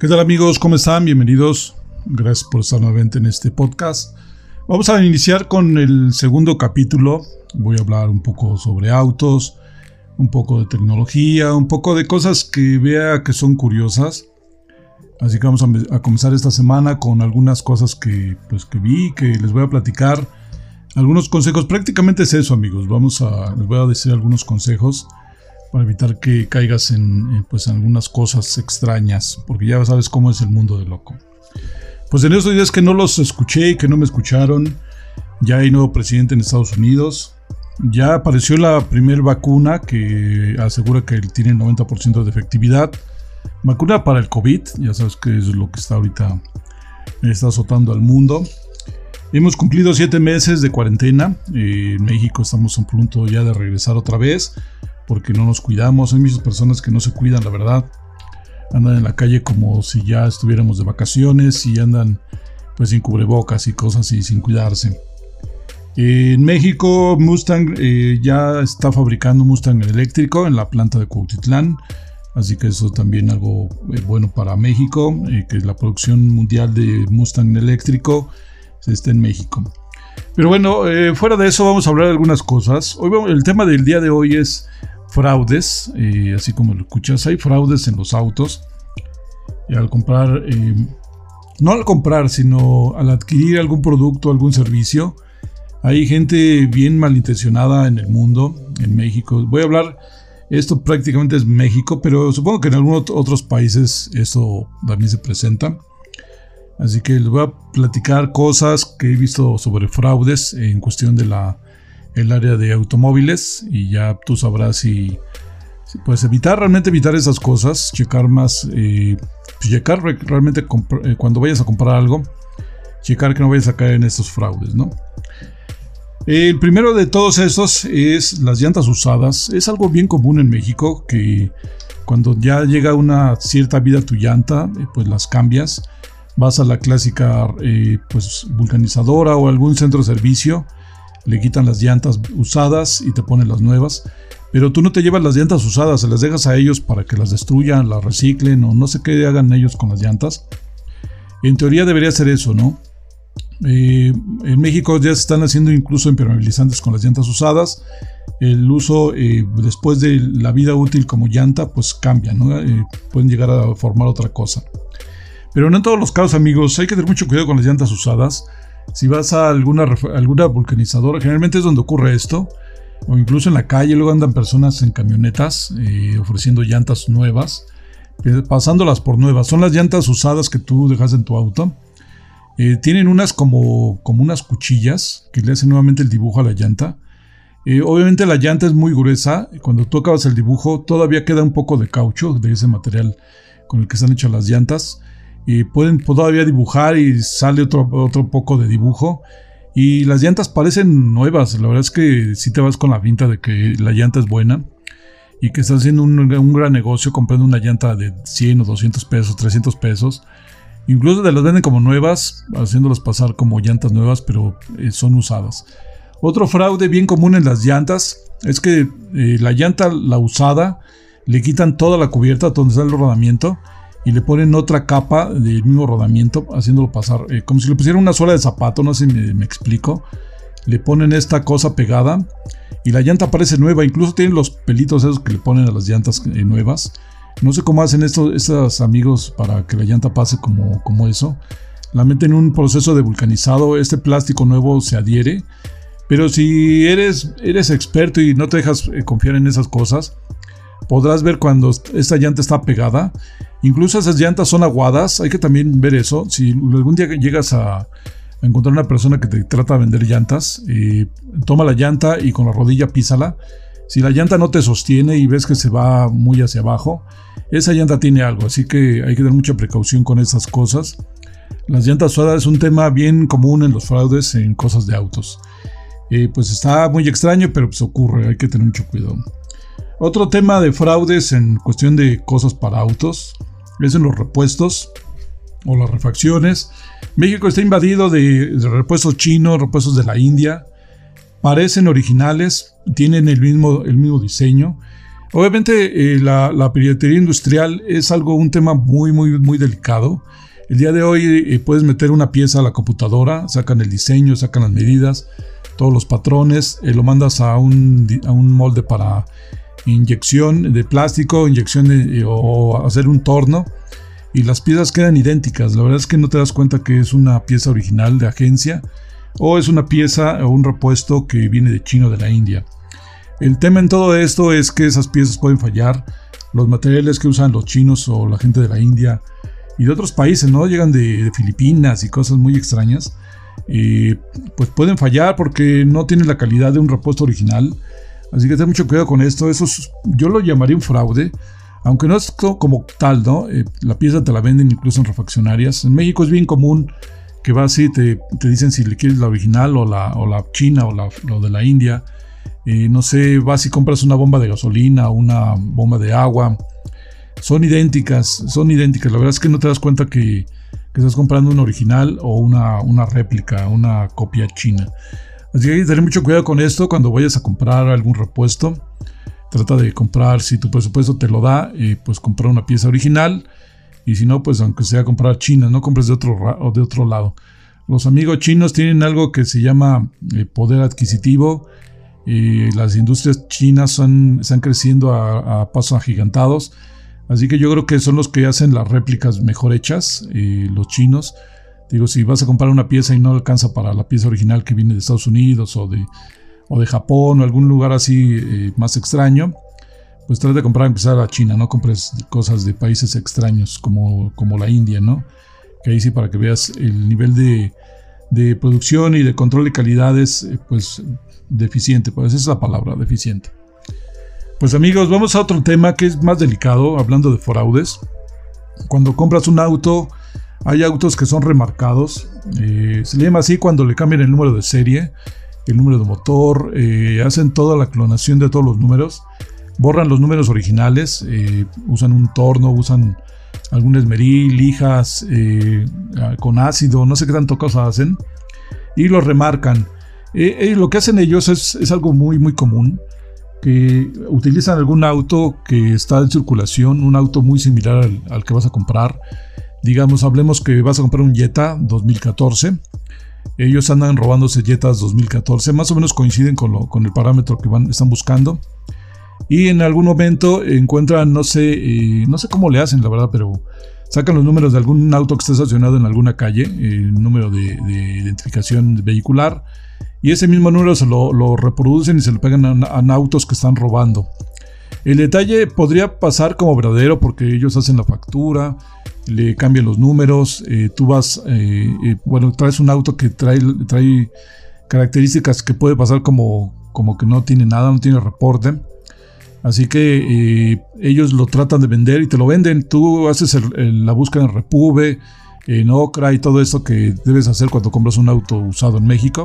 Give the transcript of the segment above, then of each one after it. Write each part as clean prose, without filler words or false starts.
¿Qué tal amigos? ¿Cómo están? Bienvenidos. Gracias por estar nuevamente en este podcast. Vamos a iniciar con el segundo capítulo. Voy a hablar un poco sobre autos, un poco de tecnología, un poco de cosas que vea que son curiosas. Así que vamos a comenzar esta semana con algunas cosas que vi, que les voy a platicar. Algunos consejos, prácticamente es eso amigos. Les voy a decir algunos consejos para evitar que caigas en algunas cosas extrañas, porque ya sabes cómo es el mundo de loco. Pues en estos días que no los escuché y que no me escucharon, ya hay nuevo presidente en Estados Unidos, ya apareció la primera vacuna que asegura que tiene el 90% de efectividad, vacuna para el COVID, ya sabes que es lo que está ahorita, está azotando al mundo. Hemos cumplido 7 meses de cuarentena, en México estamos a punto ya de regresar otra vez, porque no nos cuidamos. Hay muchas personas que no se cuidan, la verdad. Andan en la calle como si ya estuviéramos de vacaciones y andan pues sin cubrebocas y cosas así, sin cuidarse. En México Mustang ya está fabricando Mustang eléctrico en la planta de Cuautitlán, así que eso también algo bueno para México, que la producción mundial de Mustang eléctrico está en México. Pero bueno, fuera de eso vamos a hablar de algunas cosas. El tema del día de hoy es fraudes, así como lo escuchas, hay fraudes en los autos. Y al comprar, no al comprar, sino al adquirir algún producto, algún servicio, hay gente bien malintencionada en el mundo, en México. Voy a hablar, esto prácticamente es México, pero supongo que en algunos otros países esto también se presenta. Así que les voy a platicar cosas que he visto sobre fraudes en cuestión de el área de automóviles, y ya tú sabrás si puedes realmente evitar esas cosas, checar realmente cuando vayas a comprar algo, checar que no vayas a caer en estos fraudes, ¿no? El primero de todos estos es las llantas usadas. Es algo bien común en México que cuando ya llega una cierta vida a tu llanta, pues las cambias, vas a la clásica vulcanizadora o algún centro de servicio, le quitan las llantas usadas y te ponen las nuevas, pero tú no te llevas las llantas usadas, se las dejas a ellos para que las destruyan, las reciclen o no sé qué hagan ellos con las llantas. En teoría debería ser eso, ¿no? En México ya se están haciendo incluso impermeabilizantes con las llantas usadas. El uso después de la vida útil como llanta pues cambia, ¿no? Pueden llegar a formar otra cosa. Pero no en todos los casos amigos, hay que tener mucho cuidado con las llantas usadas. Si vas a alguna vulcanizadora, generalmente es donde ocurre esto, o incluso en la calle, luego andan personas en camionetas ofreciendo llantas nuevas, pasándolas por nuevas. Son las llantas usadas que tú dejas en tu auto. Tienen unas como unas cuchillas que le hacen nuevamente el dibujo a la llanta. Obviamente la llanta es muy gruesa, cuando tú acabas el dibujo todavía queda un poco de caucho de ese material con el que están hechas las llantas. Pueden todavía dibujar y sale otro poco de dibujo y las llantas parecen nuevas. La verdad es que si te vas con la pinta de que la llanta es buena y que estás haciendo un gran negocio comprando una llanta de 100 o 200 pesos, 300 pesos. Incluso te las venden como nuevas, haciéndolas pasar como llantas nuevas, pero son usadas. Otro fraude bien común en las llantas es que la llanta, la usada, le quitan toda la cubierta donde está el rodamiento y le ponen otra capa del mismo rodamiento, haciéndolo pasar como si le pusieran una suela de zapato, no sé si me explico. Le ponen esta cosa pegada y la llanta parece nueva, incluso tienen los pelitos esos que le ponen a las llantas nuevas. No sé cómo hacen estos amigos para que la llanta pase como eso. La meten en un proceso de vulcanizado, este plástico nuevo se adhiere, pero si eres experto y no te dejas confiar en esas cosas, podrás ver cuando esta llanta está pegada. Incluso esas llantas son aguadas, hay que también ver eso. Si algún día llegas a encontrar una persona que te trata de vender llantas, toma la llanta y con la rodilla písala. Si la llanta no te sostiene y ves que se va muy hacia abajo, esa llanta tiene algo, así que hay que tener mucha precaución con esas cosas. Las llantas usadas es un tema bien común en los fraudes en cosas de autos. Pues está muy extraño, pero pues ocurre, hay que tener mucho cuidado. Otro tema de fraudes en cuestión de cosas para autos es en los repuestos o las refacciones. México está invadido de repuestos chinos, repuestos de la India. Parecen originales, tienen el mismo diseño, Obviamente la piratería industrial es un tema muy delicado. El día de hoy puedes meter una pieza a la computadora, sacan el diseño, sacan las medidas, todos los patrones, lo mandas a un molde para inyección de plástico, o hacer un torno, y las piezas quedan idénticas. La verdad es que no te das cuenta que es una pieza original de agencia o es una pieza o un repuesto que viene de China o de la India. El tema en todo esto es que esas piezas pueden fallar. Los materiales que usan los chinos o la gente de la India y de otros países, ¿no? Llegan de Filipinas y cosas muy extrañas. Pues pueden fallar porque no tienen la calidad de un repuesto original. Así que ten mucho cuidado con esto. Yo lo llamaría un fraude, aunque no es como tal, ¿no? La pieza te la venden incluso en refaccionarias. En México es bien común que vas y te dicen si le quieres la original o la china o lo de la India. No sé, vas y compras una bomba de gasolina o una bomba de agua. Son idénticas. La verdad es que no te das cuenta que estás comprando una original o una réplica, una copia china. Así que hay que tener mucho cuidado con esto cuando vayas a comprar algún repuesto. Trata de comprar, si tu presupuesto te lo da, pues comprar una pieza original. Y si no, pues aunque sea comprar china, no compres de otro lado. Los amigos chinos tienen algo que se llama poder adquisitivo. Las industrias chinas están creciendo a pasos agigantados. Así que yo creo que son los que hacen las réplicas mejor hechas, los chinos. Digo, si vas a comprar una pieza y no alcanza para la pieza original que viene de Estados Unidos o de Japón o algún lugar así más extraño, pues trata de comprar, empezar a China. No compres cosas de países extraños como la India, ¿no? Que ahí sí, para que veas el nivel de producción y de control de calidades, pues deficiente, pues esa es la palabra, deficiente. Pues amigos, vamos a otro tema que es más delicado, hablando de fraudes. Cuando compras un auto, hay autos que son remarcados, se le llama así cuando le cambian el número de serie, el número de motor, hacen toda la clonación de todos los números, borran los números originales, usan un torno, usan algún esmeril, lijas, con ácido, no sé qué tanto cosas hacen, y los remarcan. Lo que hacen ellos es algo muy común, que utilizan algún auto que está en circulación, un auto muy similar al que vas a comprar. Digamos, hablemos que vas a comprar un Jetta 2014. Ellos andan robándose Jettas 2014, más o menos coinciden con el parámetro que están buscando. Y en algún momento encuentran, no sé cómo le hacen, la verdad, pero sacan los números de algún auto que está estacionado en alguna calle, el número de identificación vehicular, y ese mismo número se lo reproducen y se lo pegan a autos que están robando. El detalle podría pasar como verdadero porque ellos hacen la factura, le cambian los números, tú vas, traes un auto que trae características que puede pasar como que no tiene nada, no tiene reporte. Así que ellos lo tratan de vender y te lo venden. Tú haces la búsqueda en Repube, en Ocra y todo esto que debes hacer cuando compras un auto usado en México.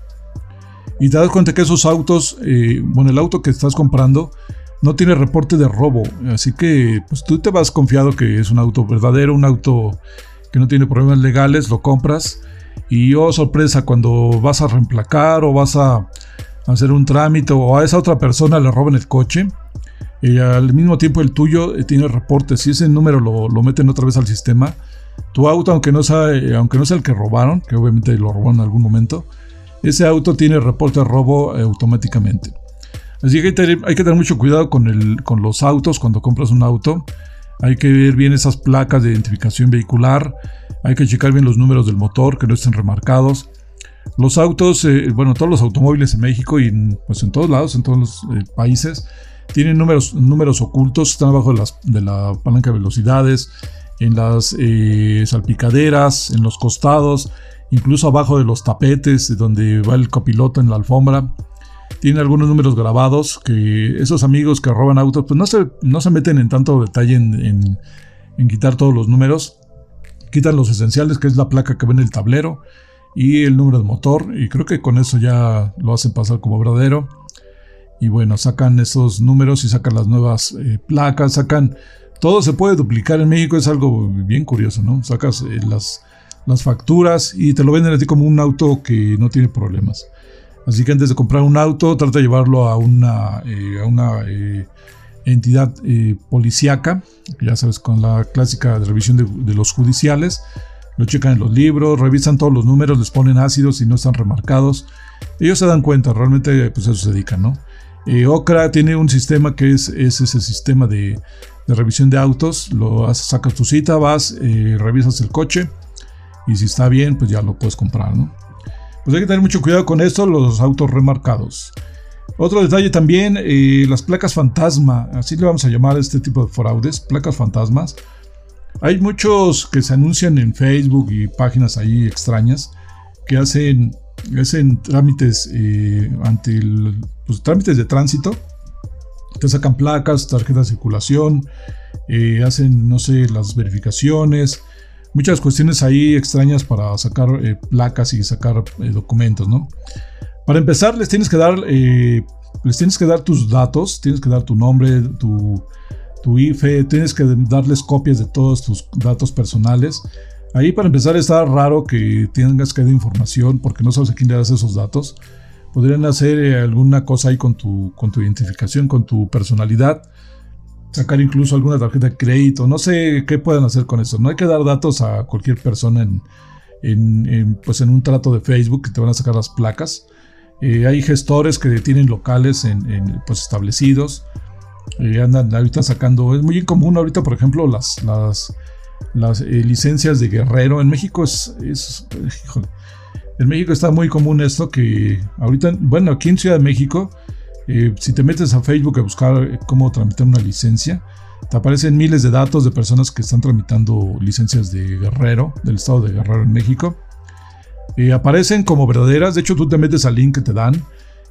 Y te das cuenta que esos autos, el auto que estás comprando no tiene reporte de robo. Así que pues tú te vas confiado que es un auto verdadero, un auto que no tiene problemas legales, lo compras. Y sorpresa, cuando vas a reemplacar o vas a hacer un trámite o a esa otra persona le roban el coche, al mismo tiempo el tuyo tiene reporte. Si ese número lo meten otra vez al sistema, tu auto, aunque no sea el que robaron, que obviamente lo robaron en algún momento, ese auto tiene reporte de robo automáticamente. Así que hay que tener mucho cuidado con los autos cuando compras un auto. Hay que ver bien esas placas de identificación vehicular, hay que checar bien los números del motor, que no estén remarcados. Los autos, todos los automóviles en México y en todos lados, en todos los países, tienen números ocultos, están abajo de la palanca de velocidades, en las salpicaderas, en los costados, incluso abajo de los tapetes donde va el copiloto en la alfombra. Tiene algunos números grabados que esos amigos que roban autos pues no se meten en tanto detalle en quitar todos los números. Quitan los esenciales, que es la placa que ven en el tablero y el número de motor, y creo que con eso ya lo hacen pasar como verdadero. Y bueno, sacan esos números y sacan las nuevas placas, todo se puede duplicar en México, es algo bien curioso, ¿no? Sacas las facturas y te lo venden a ti como un auto que no tiene problemas. Así que antes de comprar un auto, trata de llevarlo a una entidad policíaca, ya sabes, con la clásica de revisión de los judiciales. Lo checan en los libros, revisan todos los números, les ponen ácidos si no están remarcados. Ellos se dan cuenta, realmente pues a eso se dedican, ¿no? OCRA tiene un sistema que es ese sistema de revisión de autos. Sacas tu cita, vas, revisas el coche y si está bien, pues ya lo puedes comprar, ¿no? Pues hay que tener mucho cuidado con esto, los autos remarcados. Otro detalle también, las placas fantasma, así le vamos a llamar a este tipo de fraudes, placas fantasmas. Hay muchos que se anuncian en Facebook y páginas ahí extrañas que hacen trámites trámites de tránsito. Te sacan placas, tarjetas de circulación, hacen, no sé, las verificaciones, muchas cuestiones ahí extrañas para sacar placas y sacar documentos, ¿no? Para empezar, les tienes que dar tus datos, tienes que dar tu nombre, tu IFE, tienes que darles copias de todos tus datos personales. Ahí para empezar está raro que tengas que dar información porque no sabes a quién le das esos datos. Podrían hacer alguna cosa ahí con tu identificación, con tu personalidad, sacar incluso alguna tarjeta de crédito, no sé qué pueden hacer con eso. No hay que dar datos a cualquier persona en un trato de Facebook que te van a sacar las placas. Hay gestores que tienen locales establecidos. Andan ahorita sacando, es muy común ahorita, por ejemplo, las licencias de guerrero. En México híjole, en México está muy común esto que ahorita, bueno, aquí en Ciudad de México, si te metes a Facebook a buscar cómo tramitar una licencia, te aparecen miles de datos de personas que están tramitando licencias de Guerrero, del estado de Guerrero en México. Aparecen como verdaderas. De hecho, tú te metes al link que te dan,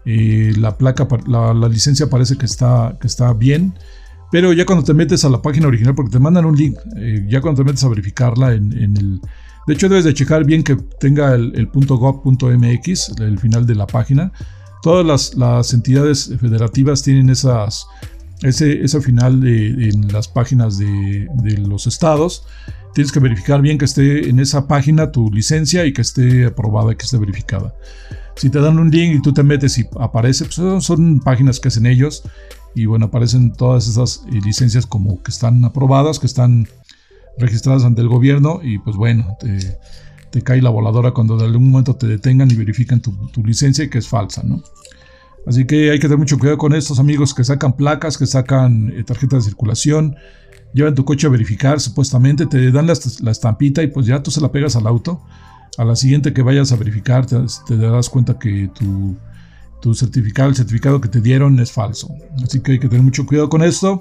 la licencia parece que está bien, pero ya cuando te metes a la página original, porque te mandan un link, ya cuando te metes a verificarla de hecho debes de checar bien que tenga el .gov.mx, el final de la página. Todas las entidades federativas tienen ese final en las páginas de los estados. Tienes que verificar bien que esté en esa página tu licencia y que esté aprobada y que esté verificada. Si te dan un link y tú te metes y aparece, pues son páginas que hacen ellos y bueno, aparecen todas esas licencias como que están aprobadas, que están registradas ante el gobierno y pues bueno, te cae la voladora cuando de algún momento te detengan y verifican tu licencia y que es falsa, ¿no? Así que hay que tener mucho cuidado con estos amigos que sacan placas, que sacan tarjetas de circulación, llevan tu coche a verificar, supuestamente te dan la estampita y pues ya tú se la pegas al auto. A la siguiente que vayas a verificar te darás cuenta que el certificado que te dieron es falso. Así que hay que tener mucho cuidado con esto.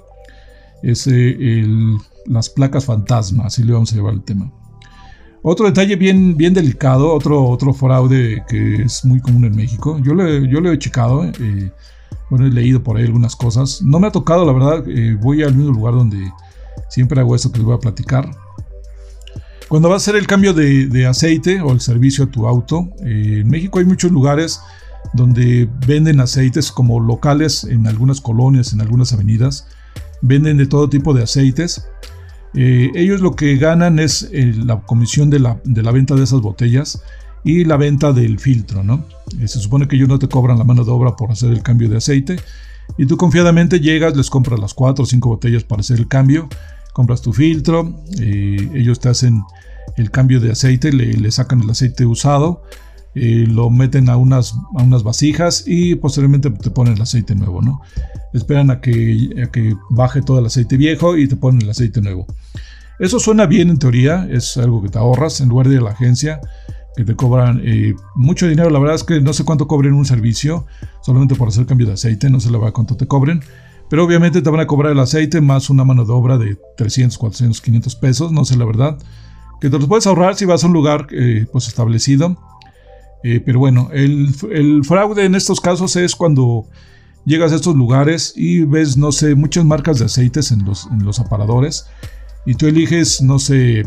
Las placas fantasma, así le vamos a llevar el tema. Otro detalle bien delicado, otro fraude que es muy común en México. Yo lo he checado, he leído por ahí algunas cosas. No me ha tocado, la verdad. Voy al mismo lugar donde siempre hago esto que les voy a platicar. Cuando vas a hacer el cambio de aceite o el servicio a tu auto, en México hay muchos lugares donde venden aceites como locales en algunas colonias, en algunas avenidas. Venden de todo tipo de aceites. Ellos lo que ganan es la comisión de la venta de esas botellas y la venta del filtro, ¿no? Se supone que ellos no te cobran la mano de obra por hacer el cambio de aceite y tú confiadamente llegas, les compras las 4 o 5 botellas para hacer el cambio, compras tu filtro, ellos te hacen el cambio de aceite, le sacan el aceite usado, lo meten a unas vasijas y posteriormente te ponen el aceite nuevo, ¿no? Esperan a que baje todo el aceite viejo y te ponen el aceite nuevo. Eso suena bien en teoría, es algo que te ahorras en lugar de la agencia que te cobran mucho dinero. La verdad es que no sé cuánto cobren un servicio solamente por hacer cambio de aceite, no sé la verdad cuánto te cobren, pero obviamente te van a cobrar el aceite más una mano de obra de 300, 400, 500 pesos, no sé la verdad, que te los puedes ahorrar si vas a un lugar establecido. Pero bueno, el fraude en estos casos es cuando llegas a estos lugares y ves, no sé, muchas marcas de aceites en los aparadores y tú eliges, no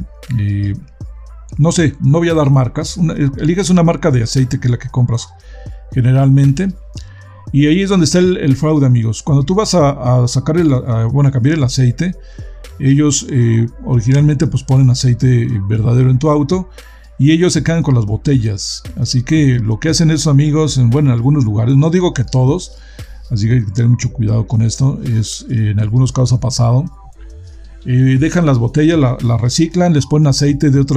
voy a dar marcas, eliges una marca de aceite que es la que compras generalmente y ahí es donde está el fraude, amigos. Cuando tú vas a cambiar el aceite, ellos originalmente pues ponen aceite verdadero en tu auto y ellos se quedan con las botellas. Así que lo que hacen esos amigos, en algunos lugares, no digo que todos, así que hay que tener mucho cuidado con esto. En algunos casos ha pasado. Dejan las botellas, las reciclan, les ponen aceite de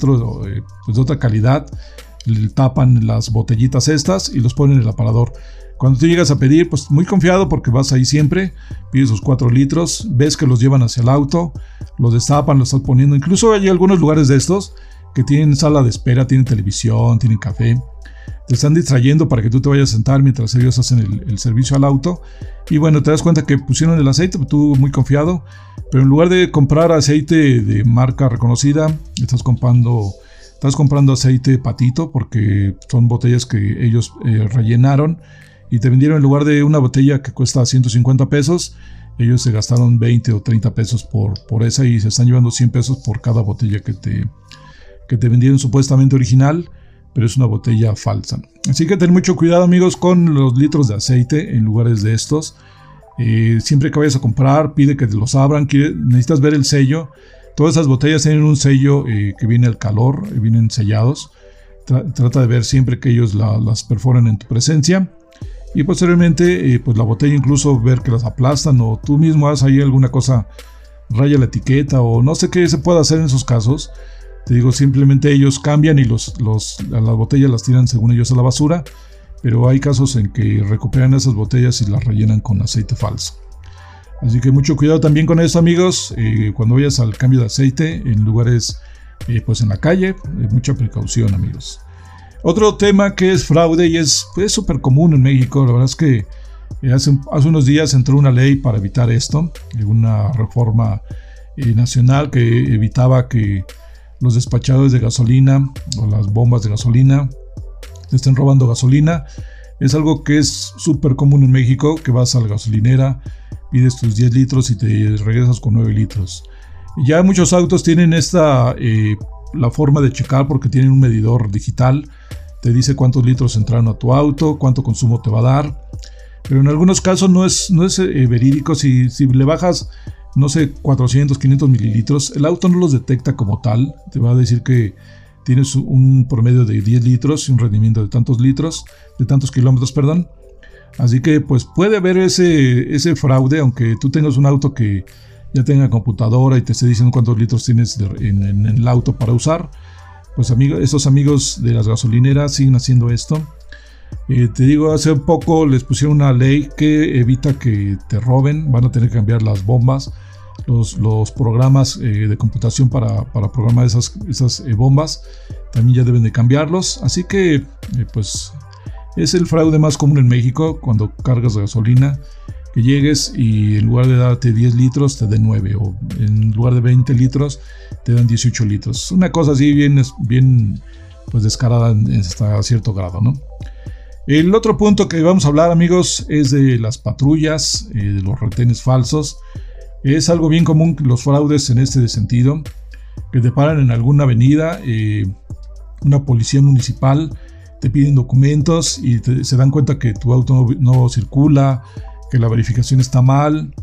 otra calidad, le tapan las botellitas estas y los ponen en el aparador. Cuando tú llegas a pedir, pues muy confiado porque vas ahí siempre, pides sus 4 litros, ves que los llevan hacia el auto, los destapan, los están poniendo. Incluso hay algunos lugares de estos que tienen sala de espera, tienen televisión, tienen café. Te están distrayendo para que tú te vayas a sentar mientras ellos hacen el servicio al auto. Y bueno, te das cuenta que pusieron el aceite, tú muy confiado, pero en lugar de comprar aceite de marca reconocida, estás comprando aceite patito, porque son botellas que ellos rellenaron y te vendieron, en lugar de una botella que cuesta 150 pesos, ellos se gastaron 20 o 30 pesos por esa y se están llevando 100 pesos por cada botella que te vendieron supuestamente original, pero es una botella falsa. Así que ten mucho cuidado, amigos, con los litros de aceite en lugares de estos. Siempre que vayas a comprar, pide que te los abran. Necesitas ver el sello. Todas esas botellas tienen un sello que viene al calor, vienen sellados. Trata de ver siempre que ellos las perforen en tu presencia. Y posteriormente, pues la botella, incluso ver que las aplastan, o tú mismo haces ahí alguna cosa, raya la etiqueta, o no sé qué se puede hacer en esos casos. Te digo, simplemente ellos cambian y las botellas las tiran según ellos a la basura, pero hay casos en que recuperan esas botellas y las rellenan con aceite falso. Así que mucho cuidado también con esto, amigos, cuando vayas al cambio de aceite en lugares, pues en la calle, mucha precaución, amigos. Otro tema que es fraude y es súper común en México. La verdad es que hace unos días entró una ley para evitar esto, una reforma nacional que evitaba que los despachadores de gasolina o las bombas de gasolina te estén robando gasolina. Es algo que es súper común en México, que vas a la gasolinera, pides tus 10 litros y te regresas con 9 litros. Ya muchos autos tienen la forma de checar, porque tienen un medidor digital, te dice cuántos litros entraron a tu auto, cuánto consumo te va a dar, pero en algunos casos no es verídico. Si le bajas, no sé, 400, 500 mililitros, el auto no los detecta como tal, te va a decir que tienes un promedio de 10 litros y un rendimiento de tantos kilómetros, perdón. Así que pues puede haber ese fraude, aunque tú tengas un auto que ya tenga computadora y te esté diciendo cuántos litros tienes en el auto para usar. Pues esos amigos de las gasolineras siguen haciendo esto. Te digo, hace poco les pusieron una ley que evita que te roben. Van a tener que cambiar las bombas, los programas de computación para programar esas bombas. También ya deben de cambiarlos. Así que pues es el fraude más común en México, cuando cargas gasolina, que llegues y en lugar de darte 10 litros te den 9, o en lugar de 20 litros te dan 18 litros. Una cosa así bien pues descarada hasta cierto grado, ¿no? El otro punto que vamos a hablar, amigos, es de las patrullas, de los retenes falsos. Es algo bien común los fraudes en este sentido, que te paran en alguna avenida, una policía municipal, te piden documentos y se dan cuenta que tu auto no circula, que la verificación está mal,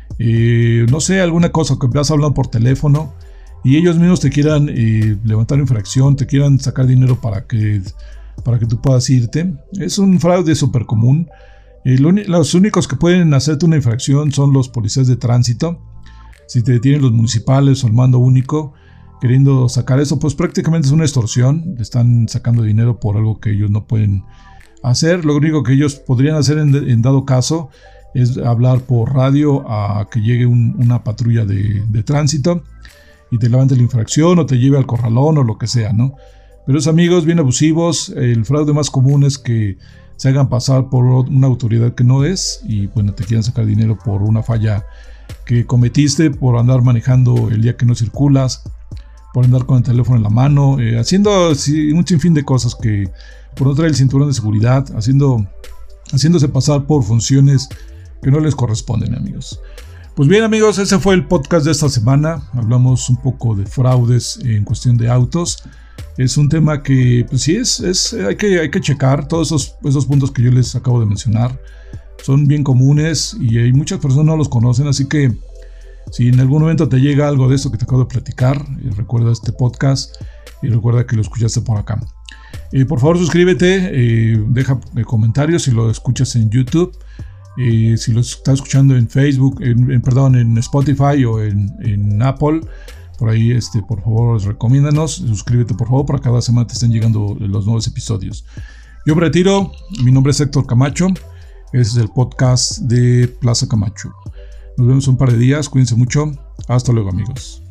no sé, alguna cosa, que vas hablando por teléfono y ellos mismos te quieran levantar infracción, te quieran sacar dinero para que tú puedas irte. Es un fraude súper común. Los únicos que pueden hacerte una infracción son los policías de tránsito. Si te detienen los municipales o el mando único queriendo sacar eso, pues prácticamente es una extorsión. Están sacando dinero por algo que ellos no pueden hacer. Lo único que ellos podrían hacer en dado caso es hablar por radio a que llegue una patrulla de tránsito y te levante la infracción o te lleve al corralón o lo que sea, ¿no? Pero esos amigos bien abusivos. El fraude más común es que se hagan pasar por una autoridad que no es y bueno, te quieran sacar dinero por una falla que cometiste, por andar manejando el día que no circulas, por andar con el teléfono en la mano, haciendo un sinfín de cosas, que por no traer el cinturón de seguridad, haciéndose pasar por funciones que no les corresponden, amigos. Pues bien, amigos, ese fue el podcast de esta semana. Hablamos un poco de fraudes en cuestión de autos. Es un tema que pues sí hay que checar. Todos esos puntos que yo les acabo de mencionar son bien comunes y hay muchas personas no los conocen, así que si en algún momento te llega algo de esto que te acabo de platicar, recuerda este podcast y recuerda que lo escuchaste por acá. Por favor, suscríbete, deja comentarios si lo escuchas en YouTube. Si lo estás escuchando en Facebook, en Spotify o en Apple, por ahí, por favor, recomiéndanos, suscríbete por favor, para cada semana te estén llegando los nuevos episodios. Yo me retiro, mi nombre es Héctor Camacho, este es el podcast de Plaza Camacho. Nos vemos en un par de días, cuídense mucho, hasta luego amigos.